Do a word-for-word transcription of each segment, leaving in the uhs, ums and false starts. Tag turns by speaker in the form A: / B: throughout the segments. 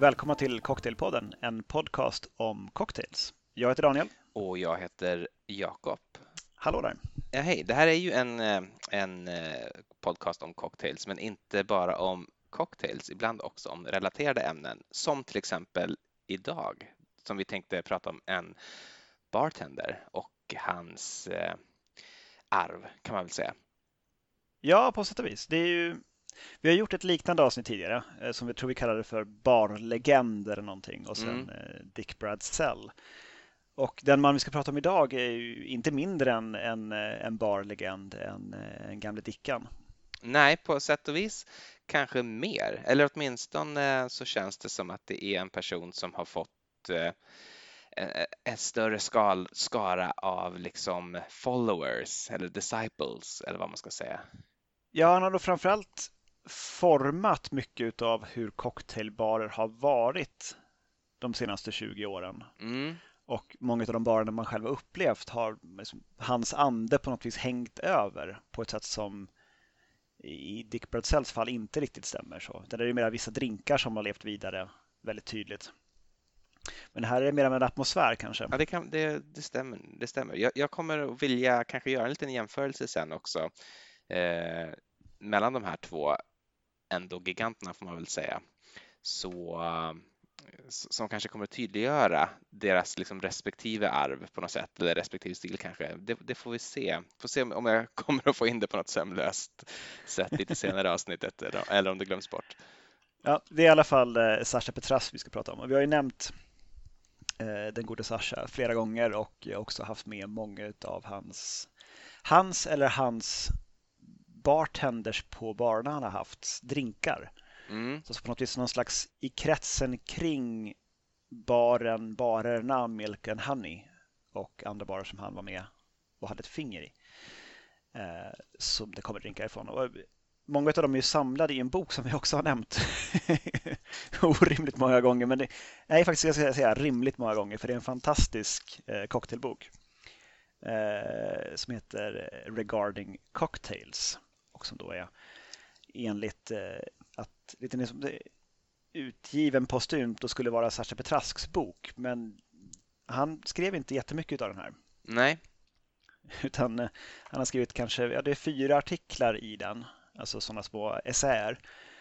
A: Välkomna till Cocktailpodden, en podcast om cocktails. Jag heter Daniel.
B: Och jag heter Jakob.
A: Hallå där.
B: Ja, hej, det här är ju en, eh, en eh, podcast om cocktails, men inte bara om cocktails, ibland också om relaterade ämnen, som till exempel idag, som vi tänkte prata om en bartender och hans eh, arv, kan man väl säga.
A: Ja, på sätt och vis. Det är ju, vi har gjort ett liknande avsnitt tidigare, eh, som vi tror vi kallade för barlegend eller någonting, och sen
B: Mm.
A: eh, Dick Bradsell. Och den man vi ska prata om idag är ju inte mindre än en, eh, en barlegend, en, eh, en gamle Dickan.
B: Nej, på sätt och vis kanske mer, eller åtminstone så känns det som att det är en person som har fått eh, en, en större skal, skara av liksom followers eller disciples eller vad man ska säga.
A: Ja, han har då framförallt format mycket av hur cocktailbarer har varit de senaste tjugo åren.
B: Mm.
A: Och många av de barerna man själv har upplevt har liksom, hans ande på något vis hängt över på ett sätt som i Dick Bradsells fall inte riktigt stämmer. Så. Det är ju mer vissa drinkar som har levt vidare väldigt tydligt. Men det här är mer av en atmosfär kanske.
B: Ja, det, kan, det, det stämmer. Det stämmer. Jag, jag kommer att vilja kanske göra en liten jämförelse sen också eh, mellan de här två ändå giganterna får man väl säga. Så som kanske kommer att tydliggöra deras liksom respektive arv på något sätt, eller respektive stil kanske. Det, det får vi se. Får se om jag kommer att få in det på något sömlöst sätt lite senare i avsnittet, eller om det glöms bort.
A: Ja, det är i alla fall eh, Sacha Petras vi ska prata om. Och vi har ju nämnt eh, den gode Sacha flera gånger och också haft med många av hans, hans eller hans bartenders på barerna han har haft drinkar.
B: Mm.
A: Så på något vis någon slags i kretsen kring baren, barerna Milk and Honey och andra barer som han var med och hade ett finger i. Eh, som det kommer drinkar ifrån. Och många av dem är ju samlade i en bok som vi också har nämnt orimligt många gånger. Men det är faktiskt, jag ska säga, rimligt många gånger, för det är en fantastisk eh, cocktailbok eh, som heter Regarding Cocktails och som då är enligt eh, att lite mer som det, utgiven postumt och skulle vara Sacha Petrasks bok, men han skrev inte jättemycket av den här.
B: Nej.
A: Utan eh, han har skrivit kanske, ja, det är fyra artiklar i den, alltså sådana små essäer.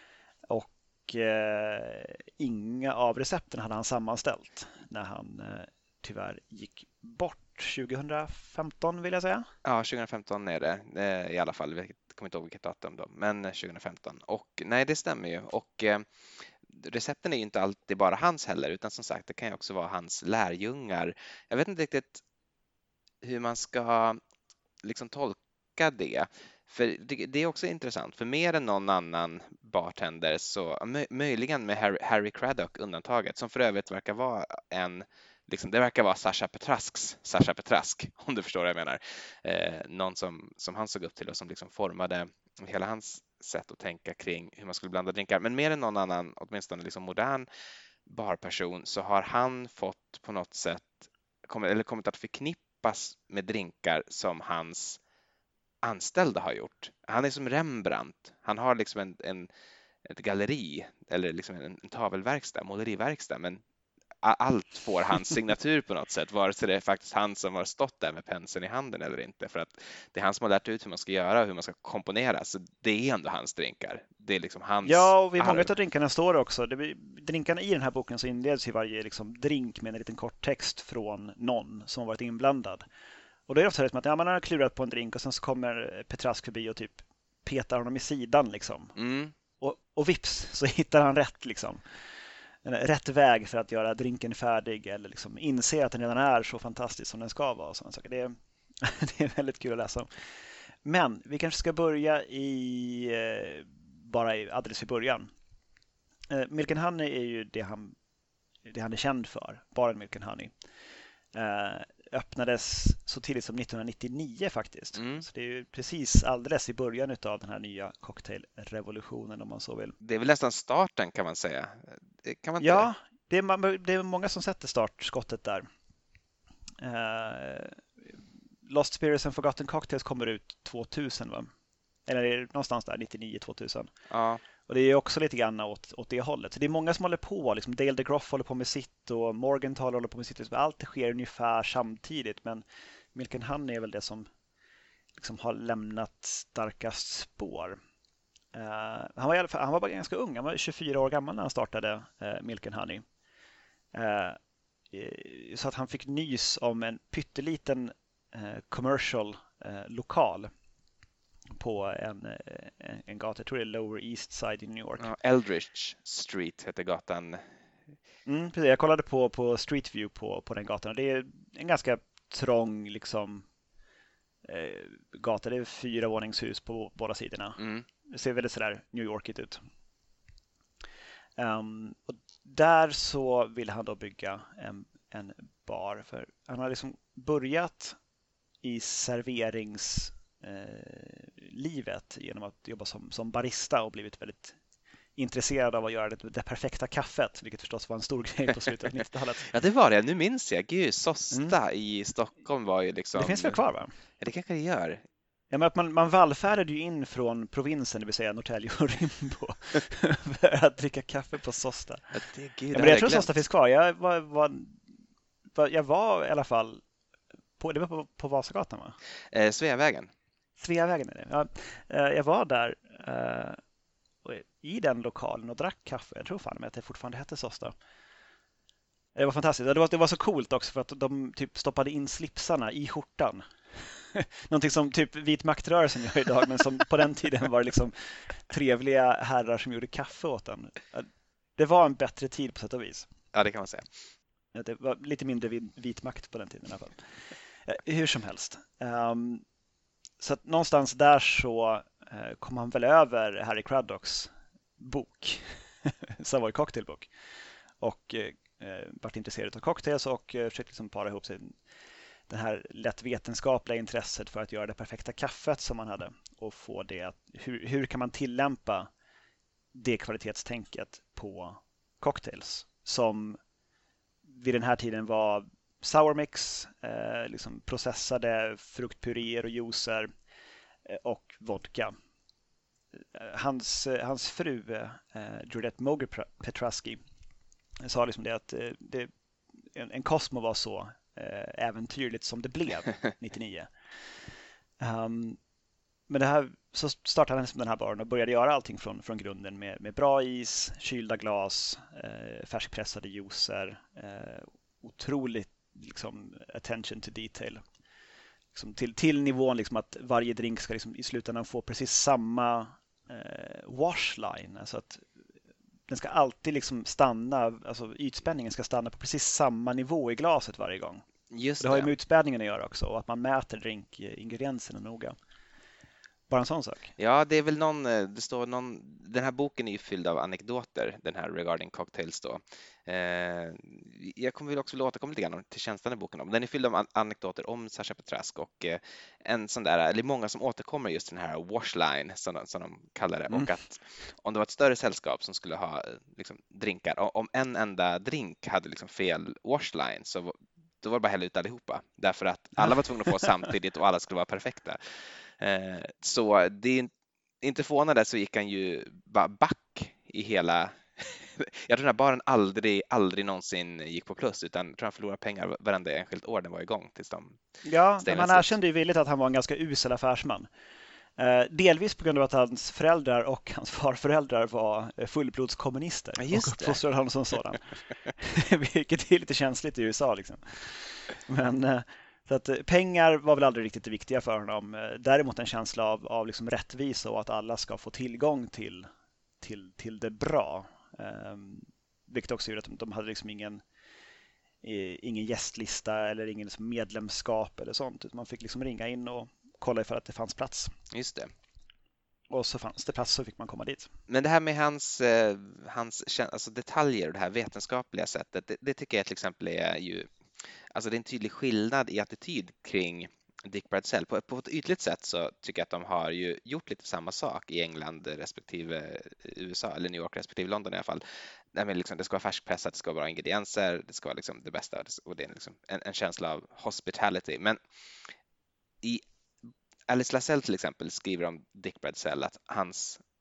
A: Och eh, inga av recepten hade han sammanställt när han eh, tyvärr gick bort tjugohundrafemton vill jag säga.
B: Ja, tjugohundrafemton är det eh, i alla fall. Jag kommer inte ihåg vilket datum då, men tjugohundrafemton. Och nej, det stämmer ju. Och eh, recepten är ju inte alltid bara hans heller, utan som sagt, det kan ju också vara hans lärjungar. Jag vet inte riktigt hur man ska liksom tolka det. För det, det är också intressant, för mer än någon annan bartender, så mö, möjligen med Harry, Harry Craddock undantaget, som för övrigt verkar vara en Liksom, det verkar vara Sacha Petrasks Sacha Petrask, om du förstår vad jag menar. Eh, någon som, som han såg upp till och som liksom formade hela hans sätt att tänka kring hur man skulle blanda drinkar. Men mer än någon annan, åtminstone liksom modern barperson, så har han fått på något sätt kommit, eller kommit att förknippas med drinkar som hans anställda har gjort. Han är som Rembrandt. Han har liksom en, en, ett galleri eller liksom en, en tavelverkstad, måleriverkstad, men allt får hans signatur på något sätt, vare sig det är faktiskt han som har stått där med penseln i handen eller inte, för att det är han som har lärt ut hur man ska göra och hur man ska komponera, så det är ändå hans drinkar. Det är liksom hans
A: Ja, och vid många
B: arv.
A: av drinkarna står det också, det, drinkarna i den här boken så inleds ju varje liksom, drink med en liten kort text från någon som har varit inblandad. Och då är det ofta som att ja, man har klurat på en drink och sen så kommer Petrask förbi och typ petar honom i sidan liksom.
B: Mm.
A: Och, och vips så hittar han rätt liksom. Rätt väg för att göra drinken färdig eller liksom inse att den redan är så fantastisk som den ska vara. Och sådana saker. Det, är, det är väldigt kul att läsa om. Men vi kanske ska börja i bara i, alldeles i början. Milk and Honey är ju det han, det han är känd för. Baren Milk and Honey. Eh, öppnades så tidigt som nittonhundranittionio faktiskt.
B: Mm.
A: Så det är ju precis alldeles i början av den här nya cocktailrevolutionen om man så vill.
B: Det är väl nästan starten kan man säga. Kan man inte
A: ja, det är, det är många som sätter startskottet där. Eh, Lost Spirits and Forgotten Cocktails kommer ut tvåtusen va? Eller någonstans där, nittionio tvåtusen.
B: Ja.
A: Och det är också lite grann åt, åt det hållet. Så det är många som håller på. Liksom Dale DeGroff håller på med sitt och Morgenthau håller på med sitt. Allt det sker ungefär samtidigt. Men Milk and Honey är väl det som liksom har lämnat starkast spår. Uh, han, var i alla fall, han var bara ganska ung. Han var tjugofyra år gammal när han startade uh, Milk and Honey. Uh, så att han fick nys om en pytteliten uh, commercial uh, lokal på en, en, en gata, jag tror det är Lower East Side i New York.
B: Ja, Eldridge Street heter gatan.
A: Mm, precis. Jag kollade på, på Street View på, på den gatan. Det är en ganska trång liksom, eh, gata. Det är fyra våningshus på båda sidorna.
B: Mm.
A: Det ser väldigt sådär New Yorkigt ut. Um, och där så ville han då bygga en, en bar. För han har liksom börjat i serverings eh, livet genom att jobba som, som barista och blivit väldigt intresserad av att göra det, det perfekta kaffet, vilket förstås var en stor grej på slutet av nittiotalet.
B: Ja, det var det. Nu minns jag. Gud, Sosta
A: Mm.
B: i Stockholm var ju liksom...
A: Det finns väl kvar, va?
B: Ja, det kanske det gör.
A: Ja, men att man, man vallfärdade ju in från provinsen, det vill säga Norrtälje och Rimbo, för att dricka kaffe på Sosta.
B: Ja, det, gud,
A: Ja,
B: det
A: men jag
B: hade
A: tror
B: glömt.
A: Sosta finns kvar. Jag var, var, var, jag var i alla fall på, det var på, på Vasagatan, va?
B: Eh, Sveavägen.
A: Sveavägen är det. Ja, eh, jag var där eh, och i den lokalen och drack kaffe. Jag tror fan med att det fortfarande hette Sosta. Det var fantastiskt. Det var, det var så coolt också för att de typ stoppade in slipsarna i skjortan. Någonting som typ vit maktrörelsen gör idag, men som på den tiden var det liksom trevliga herrar som gjorde kaffe åt den. Det var en bättre tid på sätt och vis.
B: Ja, det kan man säga.
A: Det var lite mindre vit makt på den tiden i alla fall. Hur som helst. Um, så att någonstans där så uh, kom han väl över Harry Craddocks bok, Savoy Cocktail Book, och uh, vart intresserad av cocktails och uh, försökte liksom para ihop sig det här lätt vetenskapliga intresset för att göra det perfekta kaffet som man hade och få det att, hur, hur kan man tillämpa det kvalitetstänket på cocktails som vid den här tiden var sour mix, eh, liksom processade fruktpuréer och juicer eh, och vodka. Hans, hans fru eh, Juliette Moger Petrusky sa liksom det att eh, det, en, en Cosmo var så eh, äventyrligt som det blev nittionio. Um, men det här, så startade han den här baren och började göra allting från, från grunden med, med bra is, kylda glas, eh, färskpressade juicer, eh, otroligt liksom, attention to detail. Liksom till, till nivån liksom att varje drink ska liksom i slutändan få precis samma eh, washline. Alltså att den ska alltid liksom stanna, alltså ytspänningen ska stanna på precis samma nivå i glaset varje gång.
B: Just
A: det har ju
B: det.
A: med utspädningen att göra också och att man mäter drinkingredienserna noga. Bara en sån sak.
B: Ja, det är väl någon, det står någon, den här boken är ju fylld av anekdoter, den här Regarding Cocktails då. Eh, jag kommer väl också vilja återkomma lite grann till känslan i boken om. Den är fylld av an- anekdoter om Sacha Petrask och eh, en sån där, eller många som återkommer just den här washline som, de- som de kallar det.
A: Mm.
B: Och att om det var ett större sällskap som skulle ha liksom, drinkar, och om en enda drink hade liksom fel washline så var- då var det bara hälla ut allihopa. Därför att alla var tvungna att få samtidigt och alla skulle vara perfekta. Eh, så det är inte förvånande så gick han ju bara back i hela... Jag tror den här baren aldrig, aldrig någonsin gick på plus utan jag tror han förlorade pengar varenda enskilt år den var igång tills de
A: Ja,
B: stängdes
A: man
B: ut.
A: erkände ju villigt att han var en ganska usel affärsman. Eh, delvis på grund av att hans föräldrar och hans farföräldrar var eh, fullblodskommunister
B: Ja, just
A: och
B: det.
A: uppfostrade honom som sådan. Vilket är lite känsligt i U S A liksom. Men eh, så att eh, pengar var väl aldrig riktigt det viktiga för honom. Eh, Däremot en känsla av, av liksom rättvisa och att alla ska få tillgång till, till, till det bra. Eh, vilket också gjorde att de, de hade liksom ingen eh, ingen gästlista eller ingen liksom medlemskap eller sånt. Utan man fick liksom ringa in och kolla ifall att det fanns plats.
B: Just det.
A: Och så fanns det plats så fick man komma dit.
B: Men det här med hans, eh, hans kä- alltså detaljer och det här vetenskapliga sättet, det, det tycker jag till exempel är ju, alltså det är en tydlig skillnad i attityd kring Dick Bradsell. På, på ett ytligt sätt så tycker jag att de har ju gjort lite samma sak i England respektive U S A, eller New York respektive London i alla fall. Nej, men liksom, det ska vara färskpressat, det ska vara bra ingredienser, det ska vara liksom det bästa och det är liksom en, en känsla av hospitality. Men i Alice Lascelles till exempel skriver om Dick Bradsell att hans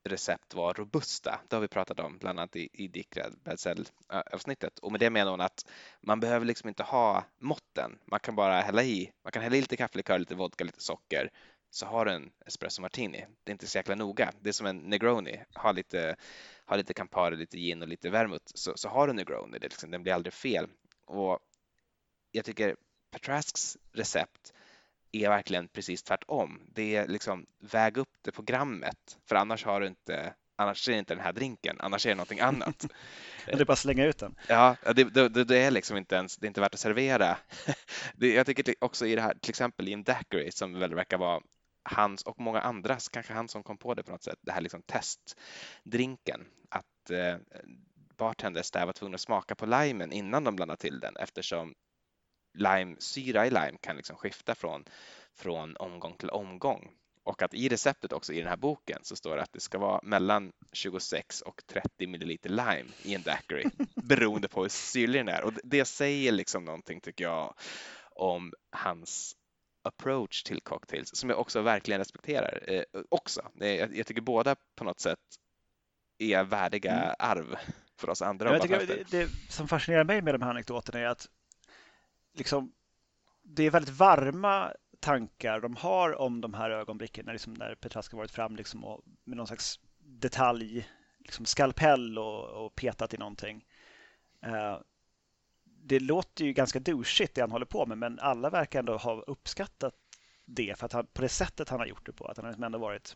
B: recept var robusta. Det har vi pratat om bland annat i, i Dick Red-avsnittet. Och med det menar hon att man behöver liksom inte ha måtten. Man kan bara hälla i, man kan hälla i lite kaffelikör, lite vodka, lite socker. Så har du en espresso martini. Det är inte så jäkla noga. Det är som en Negroni. Ha lite, ha lite Campari, lite gin och lite vermouth. Så, så har du Negroni. Det är liksom, den blir aldrig fel. Och jag tycker Petrasks recept är verkligen precis tvärtom. Det är liksom väg upp det på grammet, för annars har du inte, annars är det inte den här drinken, annars är det någonting annat.
A: Det är bara att slänga ut den.
B: Ja, det, det, det är liksom inte ens, det är inte värt att servera. Det, jag tycker också i det här, till exempel i en daiquiri som väl verkar vara hans och många andras, kanske han som kom på det på något sätt, det här liksom testdrinken, att eh, bartenders där var tvungna att smaka på limen innan de blandade till den, eftersom lime, syra i lime kan liksom skifta från, från omgång till omgång. Och att i receptet också i den här boken så står det att det ska vara mellan tjugosex och trettio milliliter lime i en daiquiri beroende på hur syrlig den är. Och det säger liksom någonting, tycker jag, om hans approach till cocktails som jag också verkligen respekterar eh, också. Jag, jag tycker båda på något sätt är värdiga mm. arv för oss andra.
A: Ja, jag tycker det, det som fascinerar mig med de här anekdoterna är att liksom, det är väldigt varma tankar de har om de här ögonblicken när, liksom, när Petrask har varit fram liksom, och med någon slags detalj, liksom skalpell och, och petat i någonting. Uh, det låter ju ganska douchigt det han håller på med, men alla verkar ändå ha uppskattat det för att han, på det sättet han har gjort det på, att han har liksom ändå varit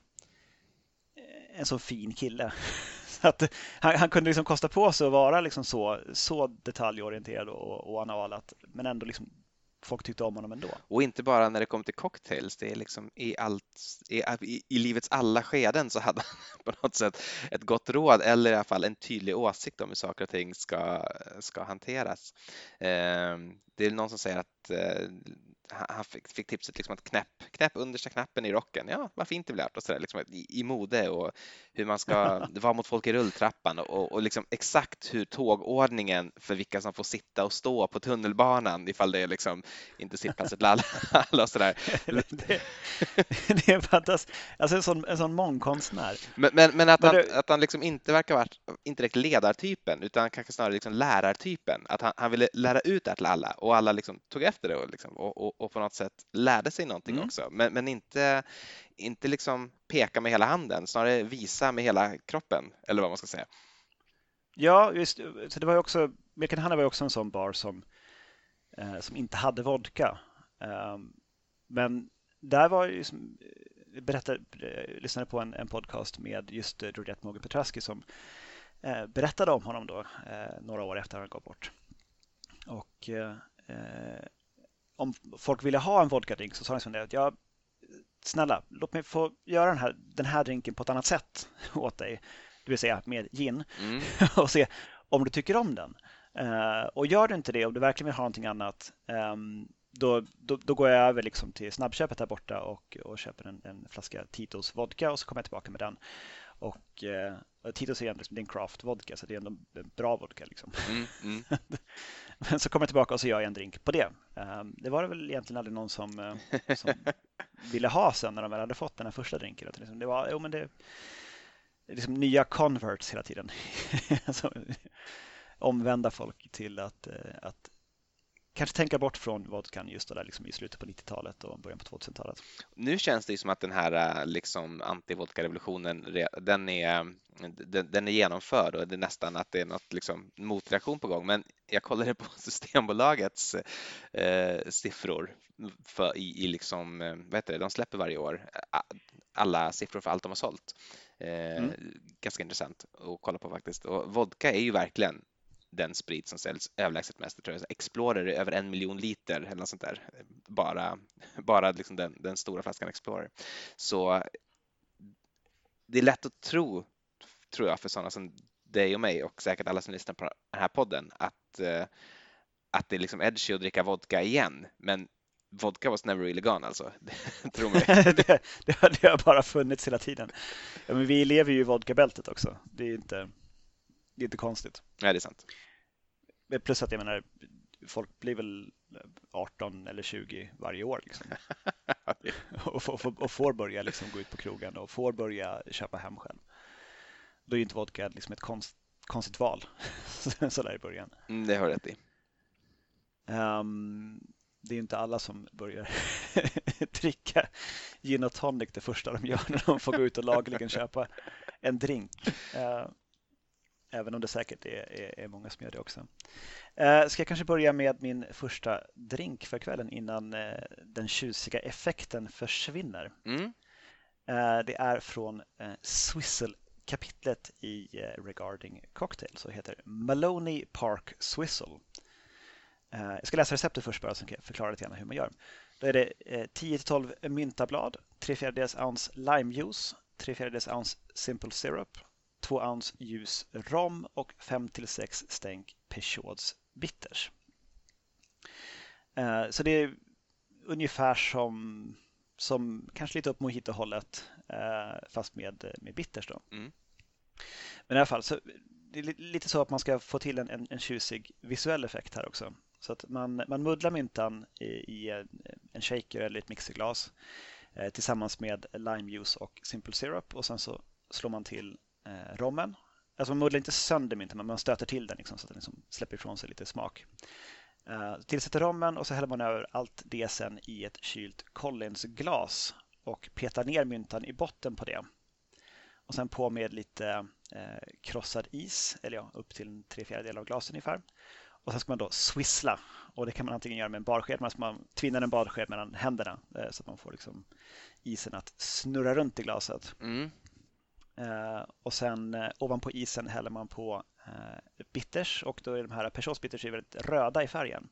A: en så fin kille. Så att han, han kunde liksom kosta på sig att vara liksom så, så detaljorienterad och, och analat, men ändå liksom folk tyckte om honom ändå.
B: Och inte bara när det kom till cocktails, det är liksom i allt, i, i, i livets alla skeden så hade han på något sätt ett gott råd eller i alla fall en tydlig åsikt om hur saker och ting ska, ska hanteras. Eh, det är någon som säger att eh, han fick, fick tipset liksom att knäpp, knäpp understa knappen i rocken. Ja, vad fint det blev. Och så där, liksom, i, i mode och hur man ska vara mot folk i rulltrappan och, och liksom exakt hur tågordningen för vilka som får sitta och stå på tunnelbanan ifall det är liksom inte sittplatser till alla, alla och sådär.
A: det, det, det är fantastiskt. Alltså en sån, en sån mångkonstnär.
B: Men, men, men att,
A: men
B: han,
A: det...
B: att han liksom inte verkar vara inte direkt ledartypen utan kanske snarare liksom lärartypen. Att han, han ville lära ut det till alla och alla liksom tog efter det och, liksom, och, och, och på något sätt lärde sig någonting mm. också. Men, men inte, inte liksom peka med hela handen, snarare visa med hela kroppen, eller vad man ska säga.
A: Ja, just, så det var ju också, Milk and Honey var ju också en sån bar som, eh, som inte hade vodka. Eh, men där var ju, som, berättade, lyssnade på en, en podcast med just Georgette Mogen Petrasky som eh, berättade om honom då, eh, några år efter att han gått bort. Och eh, om folk ville ha en vodka-drink så sa han som det att jag, snälla, låt mig få göra den här, den här drinken på ett annat sätt åt dig. Det vill säga med gin mm. och se om du tycker om den. Uh, och gör du inte det, om du verkligen vill ha någonting annat, um, då, då, då går jag över liksom till snabbköpet här borta och, och köper en, en flaska Titos vodka och så kommer jag tillbaka med den. Och uh, Titos är liksom, det är en craft vodka så det är ändå en bra vodka liksom. Mm, mm. Men så kommer jag tillbaka och så gör jag en drink på det. Um, det var det väl egentligen aldrig någon som, uh, som ville ha sen när de väl hade fått den här första drinken. Att liksom, det var, jo men det liksom nya converts hela tiden. Alltså, omvända folk till att, att kanske tänka bort från vodkan just där liksom i slutet på nittiotalet och början på tvåtusentalet.
B: Nu känns det ju som att den här liksom anti-vodka-revolutionen den är, den, den är genomförd och det är nästan att det är något liksom motreaktion på gång. Men jag kollade på Systembolagets eh, siffror för, i, i liksom, vad heter det, de släpper varje år alla siffror för allt de har sålt. Eh, mm. Ganska intressant att kolla på faktiskt. Och vodka är ju verkligen den sprit som säljs överlägset mest. Tror jag. Explorer är över en miljon liter eller något sånt där. Bara, bara liksom den, den stora flaskan Explorer. Så det är lätt att tro, tror jag, för sådana som dig och mig och säkert alla som lyssnar på den här podden att, att det är liksom edgy att dricka vodka igen. Men vodka was never really gone alltså. Tror mig.
A: det, det, har, det har bara funnits hela tiden. Ja, men vi lever ju i vodkabältet också. Det är inte, det är inte konstigt.
B: Nej, det är sant.
A: Plus att jag menar, folk blir väl arton eller tjugo varje år liksom. och, och, och får börja liksom gå ut på krogen och får börja köpa hem själv. Då är ju inte vodka liksom ett konst, konstigt val sådär i början.
B: Mm, det har du rätt i.
A: Um, det är ju inte alla som börjar dricka gin och tonic det första de gör när de får gå ut och lagligen köpa en drink. Uh, även om det säkert är, är, är många som gör det också. Uh, ska jag kanske börja med min första drink för kvällen innan uh, den tjusiga effekten försvinner.
B: Mm.
A: Uh, det är från uh, Swizzle-kapitlet i uh, Regarding Cocktail, så heter Maloney Park Swizzle. Jag ska läsa receptet först bara så kan jag förklara lite grann hur man gör. Då är det tio till tolv myntablad, tre fjärdedels ounce limejuice, tre fjärdedels ounce simple syrup, två ounce ljus rom och fem till sex stänk Peugeots bitters. Så det är ungefär som, som kanske lite upp mojito-hållet fast med, med bitters då.
B: Mm.
A: Men i alla fall så det är lite så att man ska få till en, en, en tjusig visuell effekt här också. Så att man, man muddlar myntan i, i en, en shaker eller ett mixerglas eh, tillsammans med limejuice och simple syrup och sen så slår man till eh, rommen. Alltså man muddlar inte sönder myntan men man stöter till den liksom, så att den liksom släpper ifrån sig lite smak. Eh, tillsätter rommen och så häller man över allt det sen i ett kylt Collins-glas och petar ner myntan i botten på det. Och sen på med lite eh, krossad is, eller ja, upp till en tre fjärdedelar av glaset ungefär. Och sen ska man då swissla. Och det kan man antingen göra med en barsked, men man tvinnar en barsked mellan händerna eh, så att man får liksom isen att snurra runt i glaset.
B: Mm.
A: Eh, och sen eh, ovanpå isen häller man på eh, bitters och då är de här Peugeots bitters väldigt röda i färgen.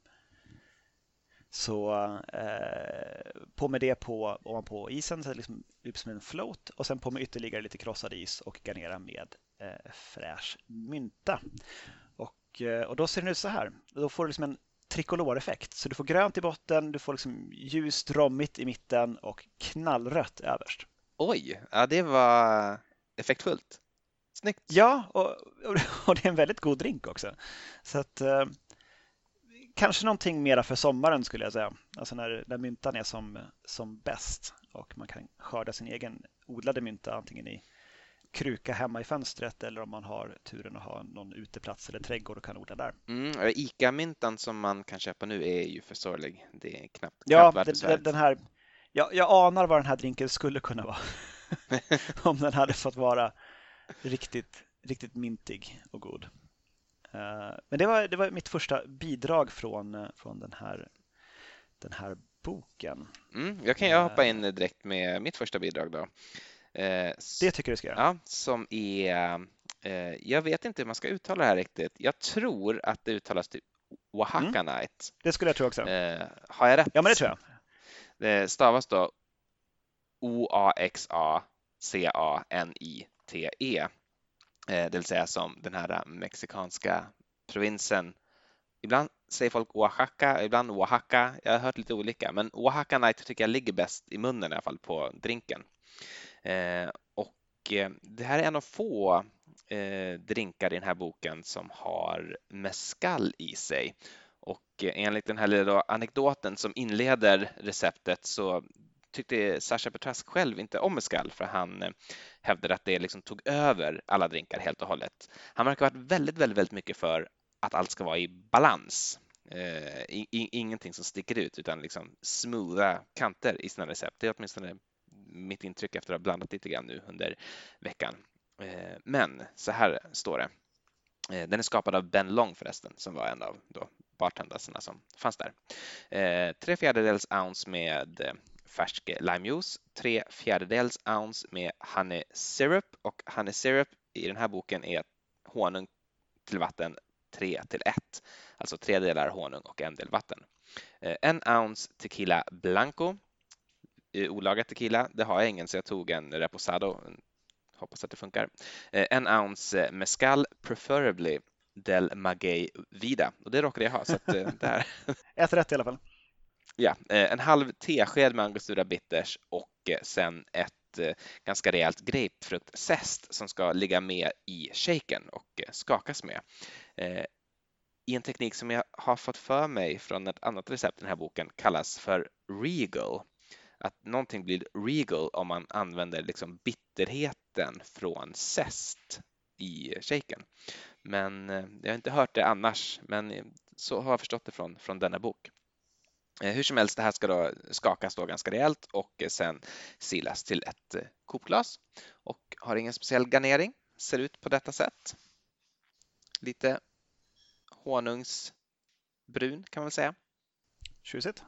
A: Så eh, på med det på, ovanpå isen så det liksom ut som en float och sen på med ytterligare lite krossad is och garnera med eh, fräsch mynta. Och, eh, och då ser den ut så här. Då får du liksom en trikoloreffekt. Så du får grönt i botten, du får liksom ljust rommigt i mitten och knallrött överst.
B: Oj, ja det var effektfullt. Snyggt.
A: Ja, och, och det är en väldigt god drink också. Så att eh, kanske någonting mera för sommaren skulle jag säga. Alltså när, när myntan är som, som bäst och man kan skörda sin egen odlade mynta antingen i kruka hemma i fönstret eller om man har turen att ha någon uteplats eller trädgård och kan odla där.
B: Mm, Ica-myntan som man kan köpa nu är ju för sorglig. Det är knappt,
A: ja,
B: knappt värt
A: den,
B: besväret.
A: den här, jag, jag anar vad den här drinken skulle kunna vara. Om den hade fått vara riktigt, riktigt mintig och god. Uh, men det var, det var mitt första bidrag från, från den, här, den här boken.
B: Mm, jag kan ju hoppa in direkt med mitt första bidrag då.
A: Eh, det tycker du ska göra.
B: Ja, som är, eh, jag vet inte hur man ska uttala det här riktigt. Jag tror att det uttalas typ Oaxaca
A: mm.
B: Night.
A: Det skulle jag tro också.
B: Eh, har jag rätt?
A: Ja, men det tror jag.
B: Det stavas då O A X A C A N I T E. Eh, det vill säga som den här mexikanska provinsen. Ibland säger folk Oaxaca, ibland Oaxaca. Jag har hört lite olika, men Oaxaca Night tycker jag ligger bäst i munnen i alla fall på drinken. Eh, och eh, det här är en av få eh, drinkar i den här boken som har mezcal i sig. Och eh, enligt den här lilla anekdoten som inleder receptet så tyckte Sacha Petrask själv inte om mezcal för han eh, hävdade att det liksom tog över alla drinkar helt och hållet. Han verkar ha varit väldigt, väldigt, väldigt mycket för att allt ska vara i balans. Eh, i, ingenting som sticker ut utan liksom smootha kanter i sina recept. Det är åtminstone mitt intryck efter att ha blandat lite grann nu under veckan. Eh, men så här står det. Eh, den är skapad av Ben Long förresten som var en av då bartendersarna som fanns där. Eh, tre fjärdedels ounce med eh, färsk limejuice, tre fjärdedels ounce med honey syrup och honey syrup i den här boken är honung till vatten tre till ett, alltså tre delar honung och en del vatten. Eh, en ounce tequila blanco, eh, olagat tequila, det har jag ingen så jag tog en reposado, hoppas att det funkar. Eh, en ounce mezcal, preferably del Maguey Vida, och det råkade jag ha så att eh, där.
A: Ett rätt i alla fall.
B: Ja, en halv tesked med angostura bitters och sen ett ganska rejält grapefruktzest som ska ligga med i shaken och skakas med. I en teknik som jag har fått för mig från ett annat recept i den här boken kallas för regal. Att någonting blir regal om man använder liksom bitterheten från zest i shaken. Men eh, jag har inte hört det annars, men eh, så har jag förstått det från, från denna bok. Eh, hur som helst, det här ska då skakas då ganska rejält och eh, sen silas till ett eh, kopglas och har ingen speciell garnering. Ser ut på detta sätt. Lite honungsbrun kan man väl säga.
A: Tjusigt.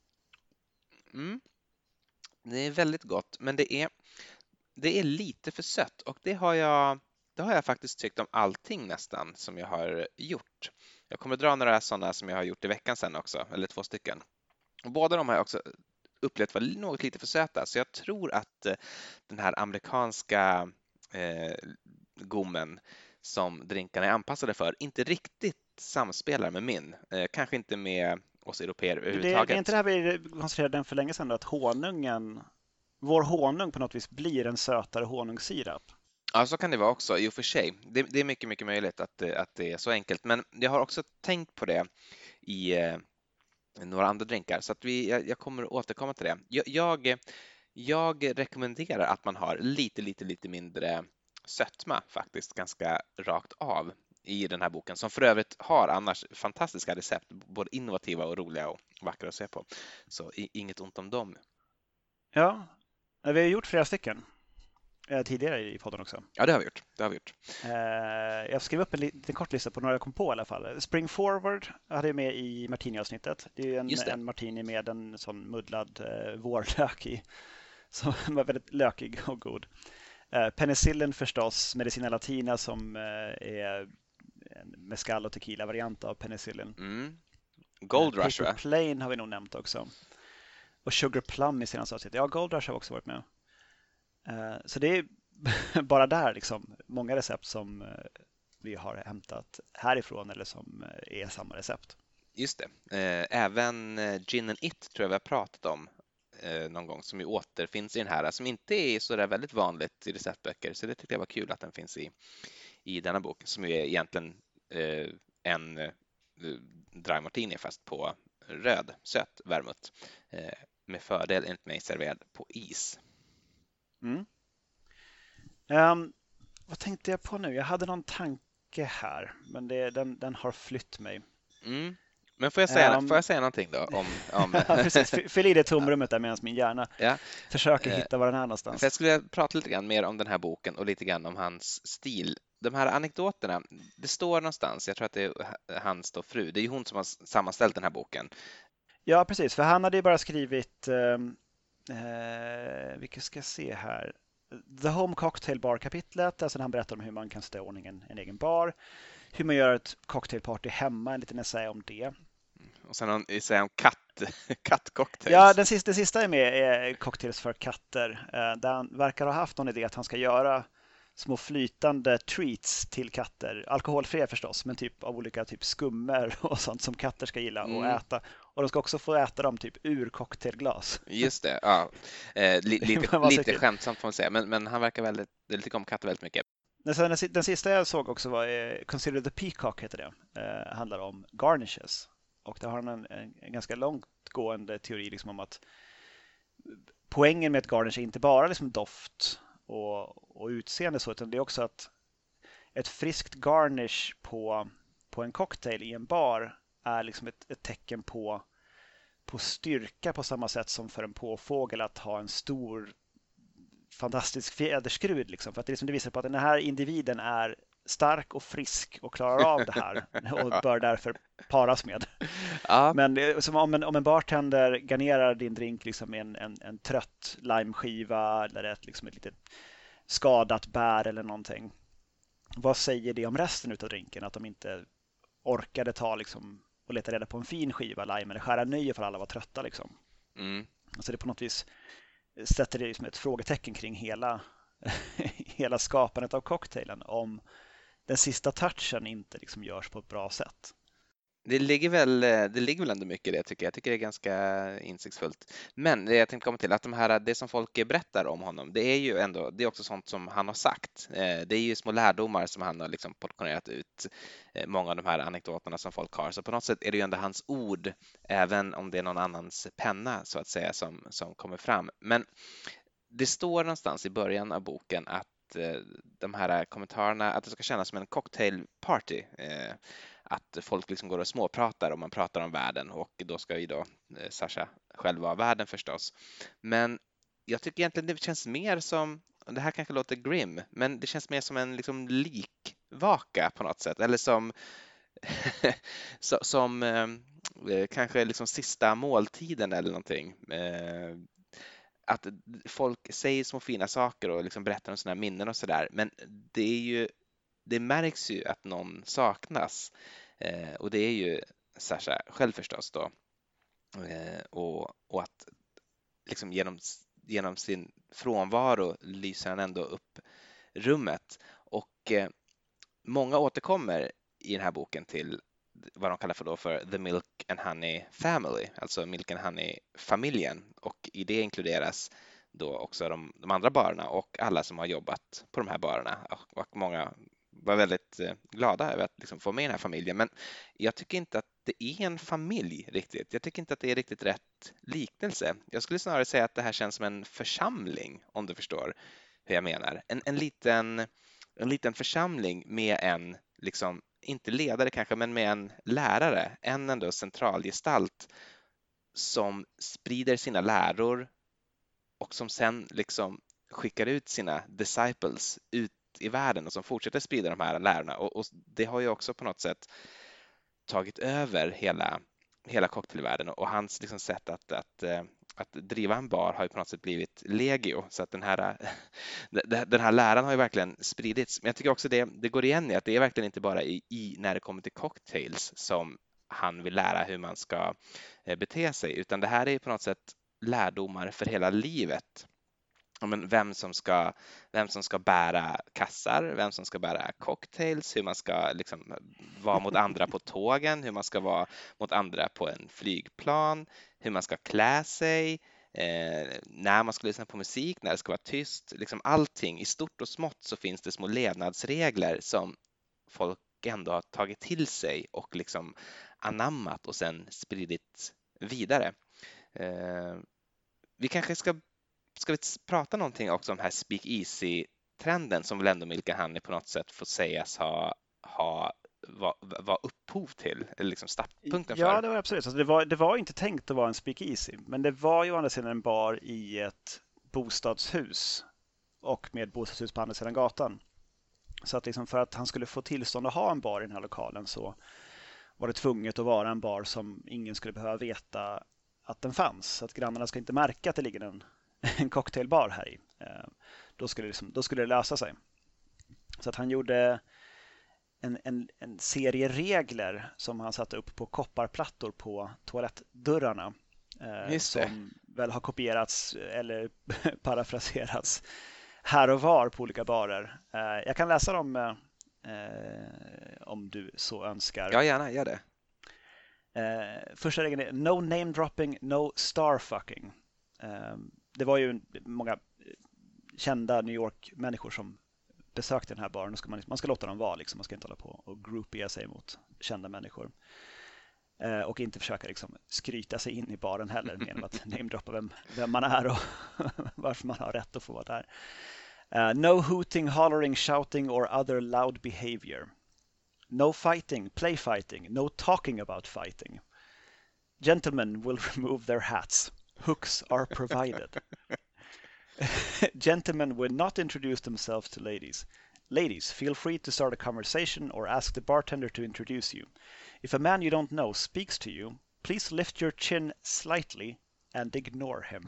B: Mm. Det är väldigt gott, men det är, det är lite för sött och det har jag, det har jag faktiskt tyckt om allting nästan som jag har gjort. Jag kommer dra några sådana som jag har gjort i veckan sen också, eller två stycken. Och båda de har jag också upplevt var något lite för söta, så jag tror att eh, den här amerikanska eh, gommen som drinkarna är anpassade för inte riktigt samspelar med min. Eh, kanske inte med oss europeer
A: Det,
B: överhuvudtaget.
A: det är inte det här vi konstaterade för länge sedan då, att honungen, vår honung på något vis blir en sötare honungssirap?
B: Ja, så kan det vara också i och för sig. Det, det är mycket, mycket möjligt att, det- att det är så enkelt. Men jag har också tänkt på det i eh, några andra drinkar, så att vi, jag, jag kommer återkomma till det. Jag, jag, jag rekommenderar att man har lite, lite, lite mindre sötma faktiskt, ganska rakt av i den här boken, som för övrigt har annars fantastiska recept, både innovativa och roliga och vackra att se på. Så i, inget ont om dem.
A: Ja, vi har gjort flera stycken eh, tidigare i podden också.
B: Ja, det har vi gjort. Det har vi gjort.
A: Eh, jag skrev upp en liten kort lista på några jag kom på i alla fall. Spring Forward hade jag med i martini-avsnittet. Det är ju en,
B: Just det.
A: en martini med en sån mudlad eh, vårlök i som var väldigt lökig och god. Eh, penicillin förstås, Medicina Latina som eh, är en mezcal och tequila-variant av penicillin.
B: Mm. Gold
A: eh,
B: Rush,
A: Paper
B: va?
A: Plane har vi nog nämnt också. Och Sugar Plum i senaste avsnittet. Ja, Gold Rush har också varit med. Eh, så det är bara där liksom många recept som eh, vi har hämtat härifrån eller som eh, är samma recept.
B: Just det. Eh, Även eh, Gin and It tror jag vi har pratat om eh, någon gång, som ju återfinns i den här, som inte är så där väldigt vanligt i receptböcker. Så det tyckte jag var kul att den finns i, i denna bok, som ju är egentligen eh, en eh, dry martini fast på röd, söt vermouth. Eh, med fördel enligt mig serverad på is.
A: Mm. Um, vad tänkte jag på nu? Jag hade någon tanke här, men det, den, den har flytt mig.
B: Mm. Men får jag säga,
A: Um,
B: får jag säga någonting då? Om, om...
A: ja, precis. Fyll i det tomrummet där medan min hjärna
B: ja.
A: försöker
B: Eh,
A: hitta var den är någonstans.
B: För jag skulle vilja prata lite grann mer om den här boken och lite grann om hans stil. De här anekdoterna, det står någonstans, jag tror att det är hans då fru, det är ju hon som har sammanställt den här boken.
A: Ja, precis. För han hade ju bara skrivit, um, eh, vilka ska jag se här? The Home Cocktail Bar-kapitlet, alltså när han berättar om hur man kan sätta i ordning en, en egen bar. Hur man gör ett cocktailparty hemma, en liten essä om det.
B: Och sen har han säger om katt, kattcocktails.
A: Ja, den sista, den sista är med är cocktails för katter. Eh, där han verkar ha haft någon idé att han ska göra små flytande treats till katter. Alkoholfria förstås, men typ av olika typ skummer och sånt som katter ska gilla
B: Mm.
A: att äta. Och de ska också få äta dem typ ur cocktailglas.
B: Just det, ja. Eh, li, lite,
A: Vad
B: lite
A: säkert.
B: skämtsamt får man säga, men, men han verkar väldigt, eller tycker om katter väldigt mycket.
A: Den, den, den sista jag såg också var eh, Consider the Peacock heter det. Eh, handlar om garnishes. Och där har han en, en, en ganska långtgående teori liksom om att poängen med ett garnish är inte bara liksom doft och, och utseende så, utan det är också att ett friskt garnish på, på en cocktail i en bar är liksom ett, ett tecken på, på styrka på samma sätt som för en påfågel att ha en stor fantastisk fjäderskrud. Liksom, för att det, liksom, det visar på att den här individen är stark och frisk och klarar av det här och bör därför paras med.
B: Ja.
A: Men det är som om en, om en bartender garnerar din drink liksom med en, en, en trött limeskiva eller ett, liksom ett litet skadat bär eller någonting. Vad säger det om resten av drinken? Att de inte orkade ta liksom, och leta reda på en fin skiva lime eller skära ny för alla var trötta. Liksom.
B: Mm.
A: Alltså det på något vis sätter det liksom ett frågetecken kring hela, hela skapandet av cocktailen om den sista touchen inte liksom görs på ett bra sätt.
B: Det ligger väl, det ligger väl ändå mycket i det tycker jag. Jag tycker det är ganska insiktsfullt. Men det jag tänkte komma till att de här, det som folk berättar om honom, det är ju ändå, det är också sånt som han har sagt. Det är ju små lärdomar som han har liksom portionerat ut, många av de här anekdoterna som folk har. Så på något sätt är det ju ändå hans ord, även om det är någon annans penna så att säga som, som kommer fram. Men det står någonstans i början av boken att de här kommentarerna, att det ska kännas som en cocktailparty. Eh, att folk liksom går och småpratar och man pratar om världen, och då ska ju då eh, Sasha själv vara världen förstås. Men jag tycker egentligen det känns mer som, det här kanske låter grim, men det känns mer som en liksom likvaka på något sätt, eller som så, som eh, kanske liksom sista måltiden eller någonting. Eh, att folk säger små fina saker och liksom berättar om sina minnen och sådär, men det är ju, det märks ju att någon saknas, eh, och det är ju Sasha själv förstås då, eh, och, och att liksom genom, genom sin frånvaro lyser han ändå upp rummet, och eh, många återkommer i den här boken till vad de kallar för då för The Milk and Honey Family, alltså Milk and Honey-familjen, och i det inkluderas då också de, de andra barerna och alla som har jobbat på de här barerna, och, och många var väldigt eh, glada över att liksom få med den här familjen. Men jag tycker inte att det är en familj riktigt. Jag tycker inte att det är riktigt rätt liknelse. Jag skulle snarare säga att det här känns som en församling, om du förstår hur jag menar. En, en, liten, en liten församling med en, liksom, inte ledare kanske, men med en lärare, en ändå centralgestalt som sprider sina läror och som sen liksom skickar ut sina disciples ut i världen och som fortsätter sprida de här lärorna. Och, och det har ju också på något sätt tagit över hela, hela cocktailvärlden, och hans liksom sätt att, att, att driva en bar har ju på något sätt blivit legio, så att den här, den här läran har ju verkligen spridits. Men jag tycker också det, det går igen i att det är verkligen inte bara i, i när det kommer till cocktails som han vill lära hur man ska bete sig, utan det här är på något sätt lärdomar för hela livet. Men vem som ska, vem som ska bära kassar, vem som ska bära cocktails, hur man ska liksom vara mot andra på tågen, hur man ska vara mot andra på en flygplan, hur man ska klä sig, eh, när man ska lyssna på musik, när det ska vara tyst. Liksom allting, i stort och smått så finns det små levnadsregler som folk ändå har tagit till sig och liksom anammat och sen spridit vidare. Eh, vi kanske ska Ska vi prata någonting också om den här speak easy-trenden som väl ändå Milk and Honey på något sätt får sägas ha, ha var, var upphov till, eller liksom startpunkten för?
A: Ja, det var absolut. Alltså det, var, det var inte tänkt att vara en speak easy, men det var ju å andra sidan en bar i ett bostadshus och med bostadshus på andra sidan gatan. Så att liksom för att han skulle få tillstånd att ha en bar i den här lokalen så var det tvunget att vara en bar som ingen skulle behöva veta att den fanns. Så att grannarna ska inte märka att det ligger en en cocktailbar här i. Då skulle, det liksom, då skulle det lösa sig. Så att han gjorde en, en, en serie regler som han satte upp på kopparplattor på toalettdörrarna. Som väl har kopierats eller parafraserats här och var på olika barer. Jag kan läsa dem eh, om du så önskar.
B: Ja, gärna, gör det.
A: Eh, första regeln är no name dropping, no star fucking. Eh, Det var ju många kända New York-människor som besökte den här baren. Ska man, man ska låta dem vara, liksom. Man ska inte hålla på och groupia sig mot kända människor. Eh, och inte försöka liksom, skryta sig in i baren heller genom att namedroppa vem, vem man är och varför man har rätt att få vara där. Uh, no hooting, hollering, shouting or other loud behavior. No fighting, play fighting, no talking about fighting. Gentlemen will remove their hats. Hooks are provided. Gentlemen will not introduce themselves to ladies. Ladies, feel free to start a conversation or ask the bartender to introduce you. If a man you don't know speaks to you, please lift your chin slightly and ignore him.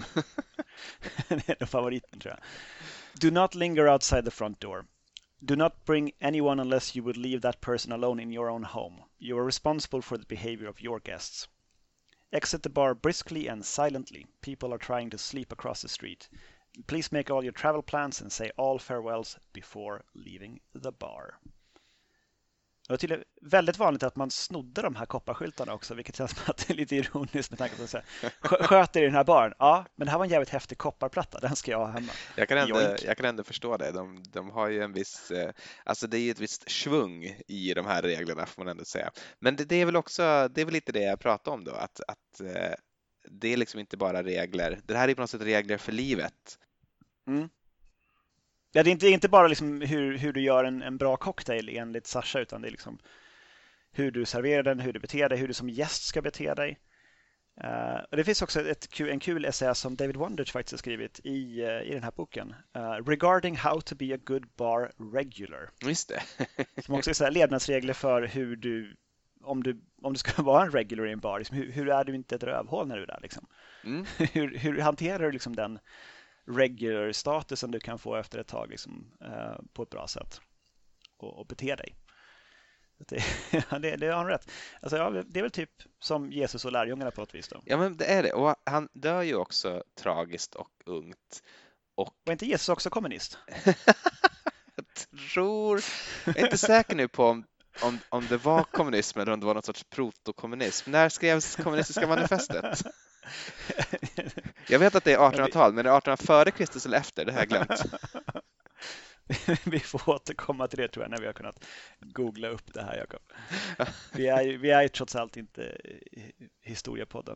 A: Det är favoriten, tror jag. Do not linger outside the front door. Do not bring anyone unless you would leave that person alone in your own home. You are responsible for the behavior of your guests. Exit the bar briskly and silently. People are trying to sleep across the street. Please make all your travel plans and say all farewells before leaving the bar. Det är tydligen väldigt vanligt att man snodde de här kopparskyltarna också, vilket känns som att det är lite ironiskt med tanke på att säga sköter i den här baren. Ja, men det här var en jävligt häftig kopparplatta, den ska jag ha hemma.
B: Jag kan ändå, jag kan ändå förstå det. De, de har ju en viss, alltså det är ju ett visst svung i de här reglerna, får man ändå säga. Men det, det är väl också, det är väl lite det jag pratar om då, att, att det är liksom inte bara regler. Det här är på något sätt regler för livet.
A: Mm. Ja, det är inte, inte bara liksom hur, hur du gör en, en bra cocktail enligt Sasha, utan det är liksom hur du serverar den, hur du beter dig, hur du som gäst ska bete dig. Uh, och det finns också ett, en kul essä som David Wondrich faktiskt har skrivit i, uh, i den här boken. Uh, Regarding how to be a good bar regular.
B: Just det.
A: Som också är så här levnadsregler för hur du, om du, om du ska vara en regular i en bar, liksom, hur, hur är du inte ett rövhål när du är där? Liksom?
B: Mm.
A: hur, hur hanterar du liksom den regular-statusen du kan få efter ett tag liksom, uh, på ett bra sätt och, och bete dig? Det, det, det har han rätt. Alltså, ja, det är väl typ som Jesus och lärjungarna på ett vis då.
B: Ja, men det är det. Och han dör ju också tragiskt och ungt. Och
A: Var inte Jesus också kommunist?
B: jag tror... Jag är inte säker nu på om, om, om det var kommunism eller om det var något sorts protokommunism. När skrevs kommunistiska manifestet? Jag vet att det är artonhundratal, men är det artonhundra före Kristus eller efter? Det har jag glömt.
A: Vi får återkomma till det tror jag när vi har kunnat googla upp det här, Jakob. Vi är, vi är trots allt inte historiepodden.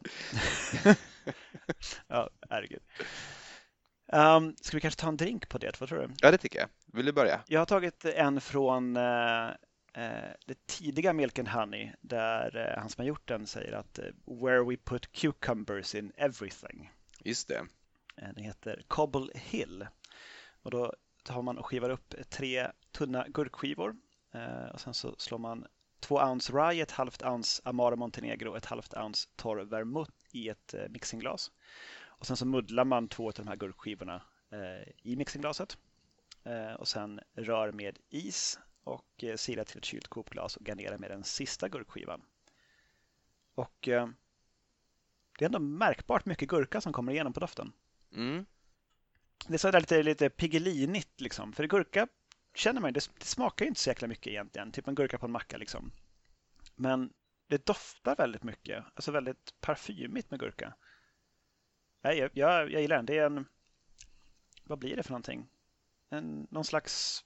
A: Ja, herregud. Um, ska vi kanske ta en drink på det? Vad tror du?
B: Ja, det tycker jag. Vill du börja?
A: Jag har tagit en från uh, uh, det tidiga Milk and Honey där uh, han som har gjort den säger att uh, where we put cucumbers in everything.
B: Just det.
A: Uh, den heter Cobble Hill. Och då tar man och skivar upp tre tunna gurkskivor uh, och sen så slår man två ounce rye, ett halvt ounce Amaro Montenegro och ett halvt ounce torr vermouth i ett uh, mixingglas. Och sen så muddlar man två av de här gurkskivorna eh, i mixingglaset. Eh, och sen rör med is och eh, silar till ett kylt kokglas och garnerar med den sista gurkskivan. Och eh, det är ändå märkbart mycket gurka som kommer igenom på doften.
B: Mm.
A: Det är så där lite, lite pigelinigt liksom. För gurka känner man ju, det, det smakar ju inte så jäkla mycket egentligen. Typ en gurka på en macka liksom. Men det doftar väldigt mycket. Alltså väldigt parfymigt med gurka. Jag, jag, jag gillar den. Det är en... Vad blir det för någonting? En, någon slags